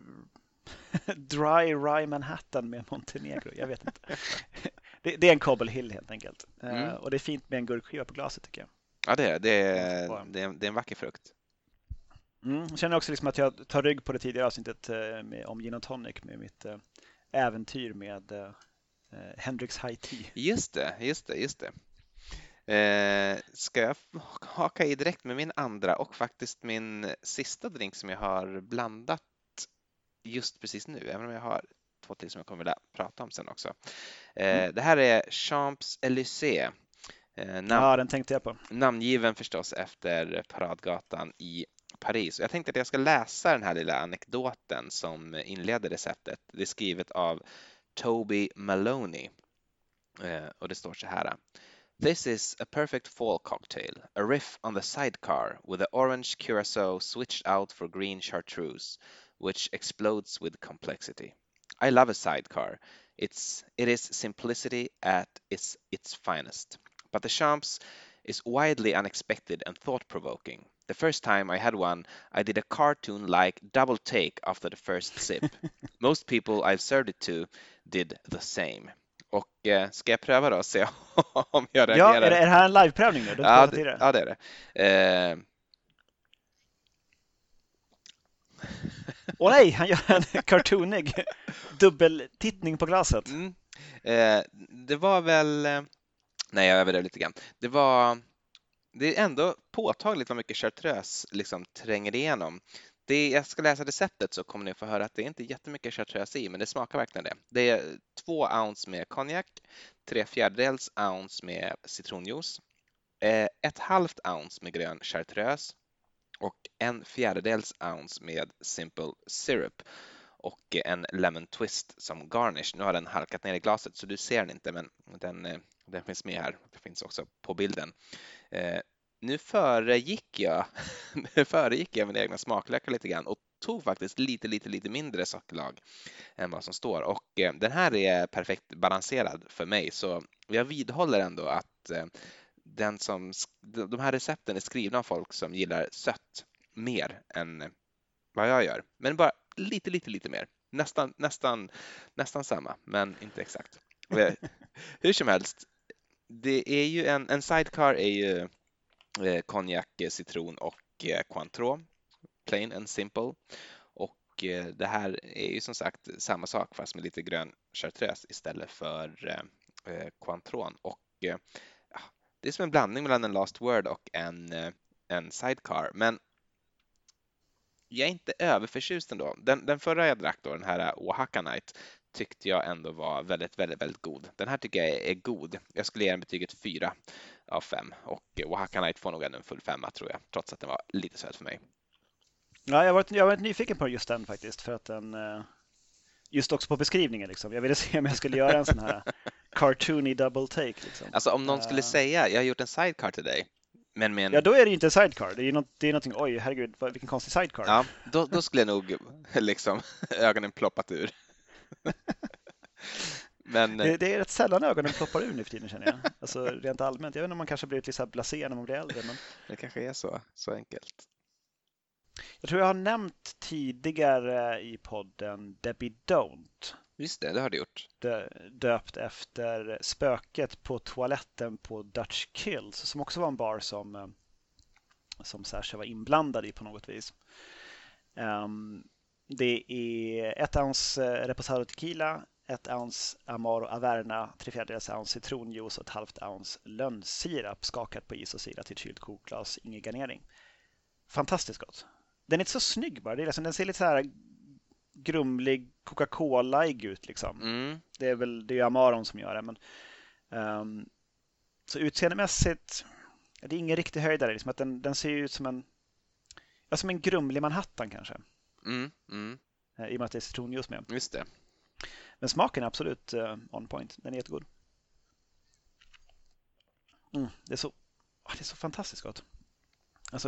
A: dry rye Manhattan med Montenegro. Jag vet inte. det, det är en Cobble Hill helt enkelt. Mm. Uh, och det är fint med en gurkskiva på glaset tycker jag.
B: Ja, det är det. Är, det, är, det är en vacker frukt.
A: Mm. Jag känner också liksom att jag tar rygg på det tidigare avsnittet uh, med, om gin och tonic med mitt uh, äventyr med uh, Hendrix High Tea.
B: Just det, just det, just det. Eh, ska jag haka i direkt med min andra och faktiskt min sista drink som jag har blandat just precis nu, även om jag har två till som jag kommer vilja prata om sen också. Eh, mm. Det här är Champs-Élysées. Eh, namn,
A: ja, den tänkte jag på.
B: Namngiven förstås efter Paradgatan i Paris. Jag tänkte att jag ska läsa den här lilla anekdoten som inleder receptet. Det är skrivet av Toby Maloney. Eh, och det står så här. This is a perfect fall cocktail, a riff on the sidecar with the orange curacao switched out for green chartreuse, which explodes with complexity. I love a sidecar. It's, it is simplicity at its, its finest. But the Champs is widely unexpected and thought-provoking. The first time I had one, I did a cartoon-like double take after the first sip. Most people I've served it to did the same. Och eh, ska jag pröva då och se om jag reagerar?
A: Ja, är det, är det här en liveprövning nu?
B: Ja, det, ja, det är det. Eh...
A: Åh nej, han gör en cartoonig dubbeltittning på glaset.
B: Mm. Eh, det var väl... Nej, jag överdrev lite grann. Det var... Det är ändå påtagligt vad mycket chartreuse liksom tränger igenom. Det, jag ska läsa receptet så kommer ni få höra att det är inte jättemycket chartreuse i, men det smakar verkligen det. Det är två ounce med konjak, tre fjärdedels ounce med citronjuice, eh, ett halvt ounce med grön chartreuse och en fjärdedels ounce med simple syrup och en lemon twist som garnish. Nu har den halkat ner i glaset så du ser den inte, men den, den finns med här. Det finns också på bilden. Eh, Nu föregick jag, nu föregick jag min egna smaklökar lite grann och tog faktiskt lite, lite, lite mindre sockerlag än vad som står. Och den här är perfekt balanserad för mig, så jag vidhåller ändå att den som, de här recepten är skrivna av folk som gillar sött mer än vad jag gör. Men bara lite, lite, lite mer. Nästan, nästan, nästan samma, men inte exakt. Hur som helst, det är ju en, en sidecar är ju konjak, citron och Cointreau. plain and simple. Och eh, det här är ju som sagt samma sak fast med lite grön chartreuse istället för eh, Cointreau. Och eh, ja, det är som en blandning mellan en Last Word och en, eh, en Sidecar. Men jag är inte överförtjust ändå. Den, den förra jag drack då, den här Oaxaca Night, tyckte jag ändå var väldigt, väldigt, väldigt god. Den här tycker jag är, är god. Jag skulle ge den betyget fyra av fem och Oaxaca Night får nog ändå en full femma tror jag, trots att den var lite söt för mig.
A: Ja, jag har varit, jag har varit nyfiken på just den faktiskt, för att den, eh, just också på beskrivningen liksom. Jag ville se om jag skulle göra en sån här cartoony double take liksom.
B: Alltså om någon skulle
A: Eh,
B: säga, jag har gjort en sidecar till dig, men med en...
A: Ja, då är det ju inte en sidecar. Det är ju något, det är någonting, oj, herregud, vad- vilken konstig sidecar.
B: Ja, då, då skulle jag nog liksom ögonen ploppat ur. Men
A: Det, det är rätt sällan ögonen ploppar ur nu för tiden känner jag. Alltså rent allmänt. Jag vet inte om man kanske blivit lite så här blasé när man blir äldre. Men
B: det kanske är så, så enkelt.
A: jag tror jag har nämnt tidigare i podden Debbie Don't.
B: Just det, det har du gjort.
A: dö- Döpt efter spöket på toaletten på Dutch Kills. Som också var en bar som, eh, som Sasha var inblandad i på något vis. Ehm, det är ett ounce eh, Reposado Tequila, ett ounce Amaro Averna, tre fjärdedels ounce citronjuice och ett halvt ounce lönnsirap skakat på is och silat till ett kylt kokglas, ingen garnering. Fantastiskt gott. Den är inte så snygg bara. Det är liksom, den ser lite så här grumlig Coca-Cola-ig ut liksom.
B: Mm.
A: Det är väl det är Amaron som gör det. Men, ehm, så utseendemässigt det är ingen riktig höjdare. Liksom att den, den ser ut som en, ja, som en grumlig Manhattan kanske.
B: Mm. Mm.
A: eh, I och med att det är citronjuice med.
B: Just det.
A: Men smaken är absolut eh, on point. Den är jättegod. Mm, det, är så, åh, det är så fantastiskt gott. Alltså,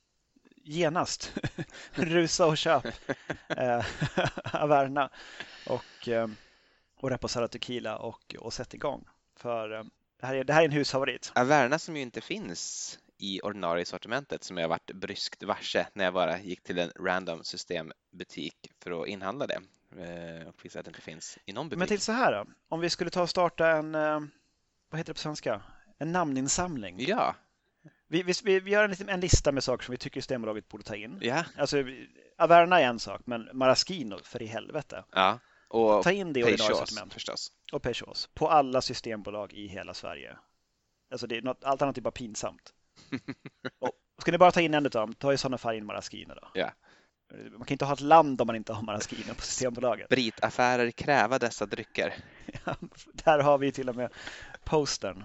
A: genast rusa och köp eh, Averna och, eh, och Reposado Tequila och, och sätt igång. För eh, det, här är, det här är en husfavorit.
B: Averna som ju inte finns i ordinarie sortimentet som jag varit bryskt varse när jag bara gick till en random systembutik för att inhandla det. Eh, och visade att det inte finns i någon
A: Men
B: butik.
A: till så här då. Om vi skulle ta och starta en, eh, vad heter det på svenska? En namninsamling.
B: Ja,
A: Vi, vi, vi vi gör en, liten- en lista med saker som vi tycker Systembolaget borde ta in.
B: ja,
A: Alltså, Averna är en sak, men Maraschino för i helvete.
B: ja. Och
A: Ta in det i ordinarie
B: Peychaus
A: sortiment.
B: förstås.
A: Och Peychaus. På alla systembolag i hela Sverige. Alltså det är något, allt annat är bara pinsamt. Och ska ni bara ta in en av dem, ta i sådana fall in Maraschino då.
B: Ja.
A: Man kan inte ha ett land om man inte har Maraschino på Systembolaget.
B: Spritaffärer kräva dessa drycker.
A: Ja, där har vi till och med postern.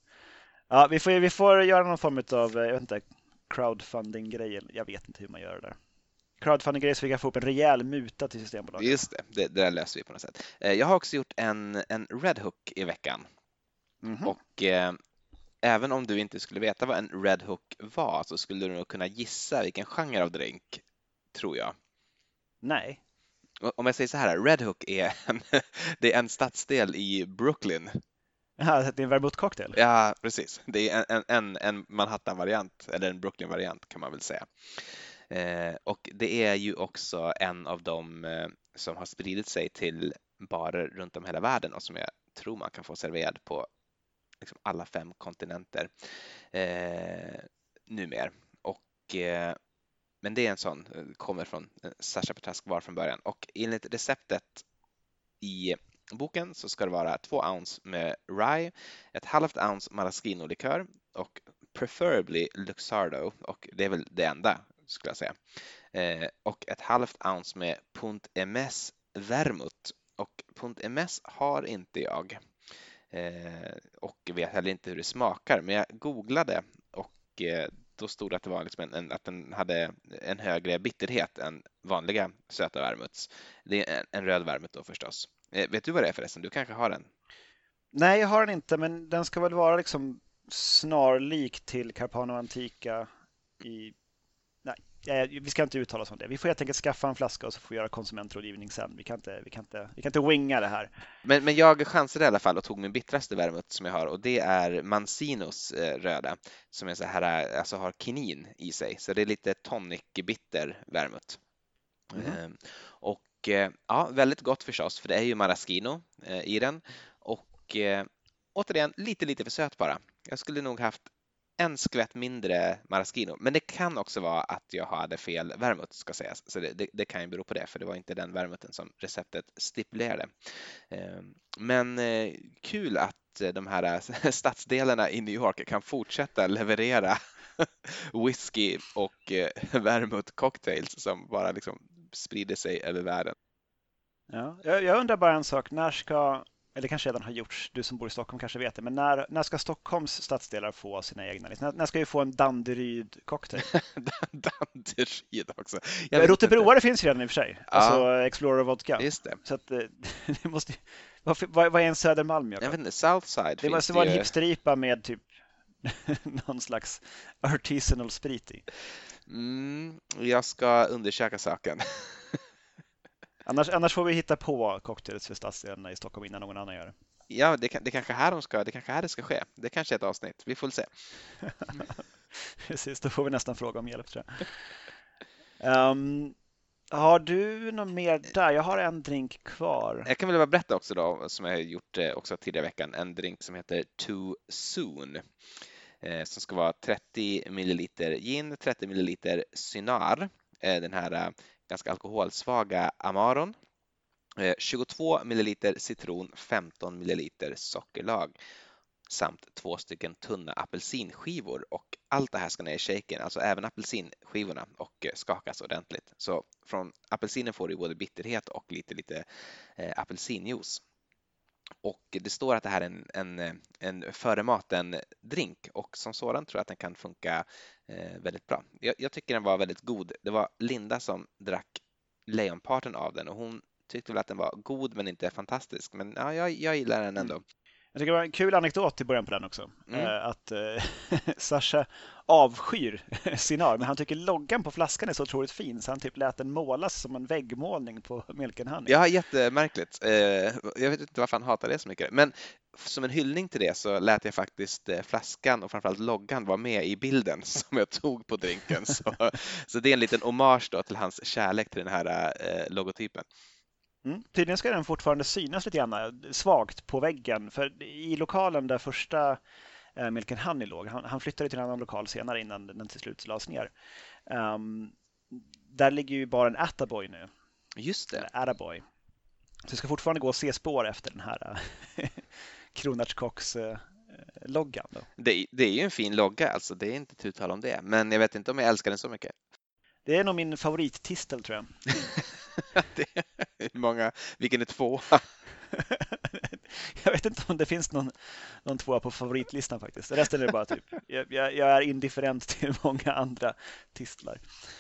A: Ja, vi får, vi får göra någon form av, jag vet inte, crowdfunding-grej. Jag vet inte hur man gör det där. Crowdfunding-grej så vi kan få upp en rejäl muta till Systembolaget.
B: Just det, det, det där löser vi på något sätt. Eh, Jag har också gjort en, en Red Hook i veckan.
A: Mhm.
B: Och eh, även om du inte skulle veta vad en Red Hook var så skulle du nog kunna gissa vilken genre av drink, tror jag.
A: Nej.
B: Och om jag säger så här, Red Hook är en, det är en stadsdel i Brooklyn.
A: Ja, det är en vermouthcocktail.
B: Ja, precis. Det är en, en, en Manhattan-variant, eller en Brooklyn-variant kan man väl säga. Eh, och det är ju också en av de eh, som har spridit sig till barer runt om hela världen och som jag tror man kan få serverad på liksom alla fem kontinenter eh, numera. Och, eh, men det är en sån, eh, kommer från eh, Sasha Petrask var från början. Och enligt receptet i boken så ska det vara två ounce med rye, ett halvt ounce maraschino-likör och preferably Luxardo, och det är väl det enda skulle jag säga. Eh, och ett halvt ounce med Punt Emes vermouth. Och Punt Emes har inte jag. Eh, och vet heller inte hur det smakar. Men jag googlade och eh, då stod det att det var liksom en, en, att den hade en högre bitterhet än vanliga söta vermouths. Det är en, en röd vermouth då förstås. Eh, vet du vad det är förresten? Du kanske har den?
A: Nej, jag har den inte, men den ska väl vara liksom snarlik till Carpano Antica i... Nej, eh, vi ska inte uttala oss om det. Vi får helt enkelt skaffa en flaska och så får vi göra konsumentrådgivning sen. Vi kan inte, vi kan inte, vi kan inte winga det här.
B: Men, men jag chansade i alla fall och tog min bittraste vermouth som jag har, och det är Manzinos eh, röda som är så här, alltså har kinin i sig. Så det är lite tonic bitter vermouth.
A: Mhm.
B: Eh, och eh, ja, väldigt gott förstås, för det är ju maraschino eh, i den. Och eh, återigen, lite lite för söt bara. Jag skulle nog haft en skvätt mindre maraschino. Men det kan också vara att jag hade fel vermouth, ska sägas. Så det, det, det kan ju bero på det, för det var inte den vermouthen som receptet stipulerade. Men kul att de här stadsdelarna i New York kan fortsätta leverera whisky och vermouth cocktails som bara liksom sprider sig över världen.
A: Ja, jag, jag undrar bara en sak. När ska, eller kanske redan har gjorts, du som bor i Stockholm kanske vet det, men när, när ska Stockholms stadsdelar få sina egna? När, när ska vi få en Danderyd-cocktail?
B: Danderyd också.
A: Rotebroare finns redan i och för sig. Ja. Alltså Explorer Vodka.
B: Just det.
A: Så att det måste, vad, vad är en Södermalm?
B: Jag vet inte, Southside.
A: Det måste vara en hipsteripa med typ någon slags artisanal sprit i.
B: Mm, jag ska undersöka saken.
A: Annars, annars får vi hitta på cocktails för stadsdelarna i Stockholm innan någon annan gör det.
B: Ja, det, det kanske här de ska, det kanske här det ska ske. Det kanske är ett avsnitt. Vi får se.
A: Precis, då får vi nästan fråga om hjälp, tror jag. Um, har du något mer där? Jag har en drink kvar.
B: Jag kan väl bara berätta också då, som jag har gjort också tidigare i veckan, en drink som heter Too Soon. Eh, som ska vara trettio milliliter gin, trettio milliliter cynar. Eh, den här eh, ganska alkoholsvaga Amaron. Eh, tjugotvå milliliter citron, femton milliliter sockerlag samt två stycken tunna apelsinskivor, och allt det här ska ner i shaken, alltså även apelsinskivorna, och skakas ordentligt. Så från apelsinen får du både bitterhet och lite lite eh, apelsinjuice. Och det står att det här är en, en, en före maten drink, och som sådan tror jag att den kan funka eh, väldigt bra. Jag, jag tycker den var väldigt god. Det var Linda som drack lejonparten av den, och hon tyckte väl att den var god men inte fantastisk. Men ja, jag, jag gillar den ändå. Mm.
A: Jag tycker det var en kul anekdot i början på den också. Mm. Att eh, Sasha avskyr Cynar, men han tycker loggan på flaskan är så otroligt fin, så han typ lät den målas som en väggmålning på Milk and Honey.
B: Ja, jättemärkligt. Eh, jag vet inte varför han hatar det så mycket. Men som en hyllning till det så lät jag faktiskt flaskan och framförallt loggan vara med i bilden som jag tog på drinken. Så, så det är en liten hommage då till hans kärlek till den här eh, logotypen.
A: Mm. Tydligen ska den fortfarande synas lite grann svagt på väggen, för i lokalen där första eh, Milk and Honey låg, han, han flyttade till en annan lokal senare innan den till slut lades ner. Um, där ligger ju bara en Attaboy nu.
B: Just det.
A: Attaboy. Så det ska fortfarande gå att se spår efter den här Kronärtskocks eh, loggan då.
B: Det, det är ju en fin logga, alltså det är inte tu tal om det, men jag vet inte om jag älskar den så mycket.
A: Det är nog min favorittistel, tror jag.
B: Det är många, vilken är två?
A: Jag vet inte om det finns någon, någon tvåa på favoritlistan faktiskt. Resten är det bara typ, jag, jag är indifferent till många andra tistlar.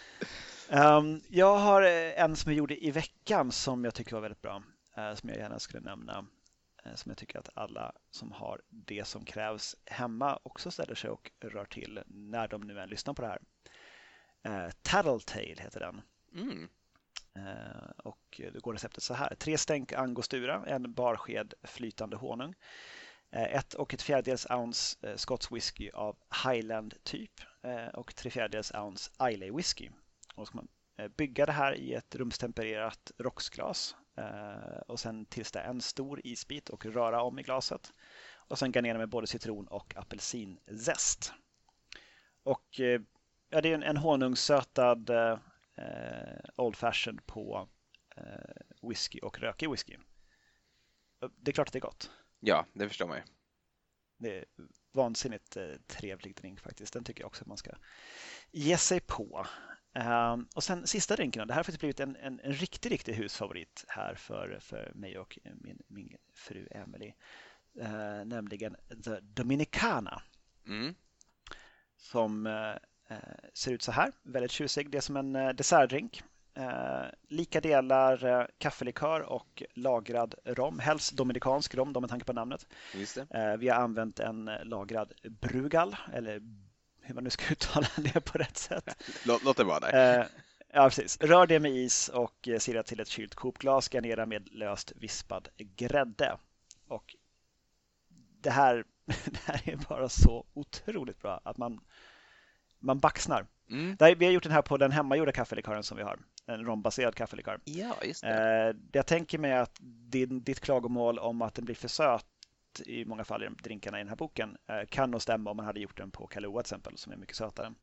A: Um, jag har en som jag gjorde i veckan som jag tycker var väldigt bra, uh, som jag gärna skulle nämna. Uh, som jag tycker att alla som har det som krävs hemma också ställer sig och rör till när de nu än lyssnar på det här. Uh, Tattletale heter den.
B: Mm.
A: Uh, och då går receptet så här: tre stänk angostura, en barsked flytande honung, uh, ett och ett fjärdedels ounce uh, Scots whisky av Highland typ uh, och tre fjärdedels ounce Islay whisky. Och så ska man uh, bygga det här i ett rumstempererat rocksglas uh, och sen tillsätta en stor isbit och röra om i glaset, och sen garnera med både citron och apelsinzest. Och uh, ja, det är en, en honungssötad uh, Uh, old fashioned på uh, whisky och rökig whisky. Det är klart att det är gott.
B: Ja, det förstår man ju.
A: Det är vansinnigt uh, trevlig drink faktiskt. Den tycker jag också att man ska ge sig på. Uh, och sen sista drinken. Det här har faktiskt blivit en, en, en riktig, riktig husfavorit här för, för mig och min, min fru Emily. Uh, nämligen The Dominicana.
B: Mm.
A: Som uh, ser ut så här, väldigt tjusig. Det är som en dessertdrink. Eh, lika delar eh, kaffelikör och lagrad rom, helst dominikansk rom, då med tanke på namnet.
B: Just det.
A: Eh, vi har använt en lagrad Brugal, eller hur man nu ska uttala det på rätt sätt.
B: Låt, låt det vara där.
A: Eh, ja, precis. Rör det med is och eh, sirra till ett kylt kopglas, garnera med löst vispad grädde. Och det här, det här är bara så otroligt bra att man Man baxnar. Mm. Där, vi har gjort den här på den hemmagjorda kaffelikören som vi har. En rombaserad kaffelikör.
B: Ja, just det.
A: Eh, jag tänker mig att din, ditt klagomål om att den blir för söt namnet i många fall i drinkarna i den här boken eh, kan nog stämma om man hade gjort den på Kahlua till exempel, som är mycket sötare.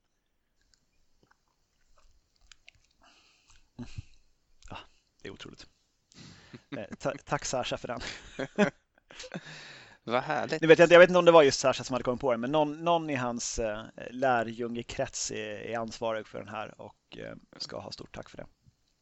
A: Mm. Ja, det är otroligt. Eh, ta- tack Sasha för den.
B: Vad härligt.
A: Ni vet, jag vet inte om det var just Sasha som hade kommit på den, men någon, någon i hans eh, lärjungekrets är, är ansvarig för den här och eh, ska ha stort tack för det.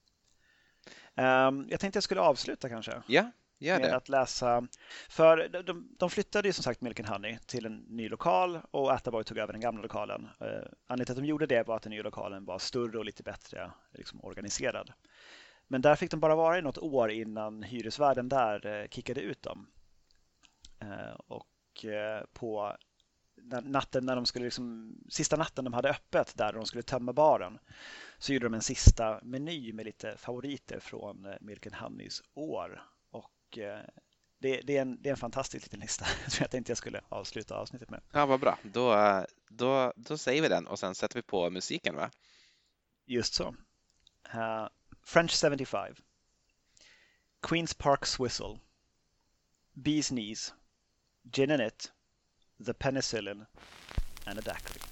A: Um, jag tänkte jag skulle avsluta kanske
B: Ja, gör
A: med
B: det.
A: att läsa. För de, de, de flyttade ju som sagt Milk and Honey till en ny lokal och Atterboy tog över den gamla lokalen. Uh, anledningen till att de gjorde det var att den nya lokalen var större och lite bättre liksom, organiserad. Men där fick de bara vara i något år innan hyresvärden där uh, kickade ut dem. Uh, och uh, på natten när de skulle liksom, sista natten de hade öppet där de skulle tömma baren, så gjorde de en sista meny med lite favoriter från Milk and Honeys år. Och eh, det, det, är en, det är en fantastisk liten lista som jag tänkte jag skulle avsluta avsnittet med.
B: Ja, vad bra. Då, då, då säger vi den och sen sätter vi på musiken, va?
A: Just så. Uh, French seventy-five, Queens Park Swizzle, Bee's Knees, Gin and It, The Penicillin and a Daiquiri.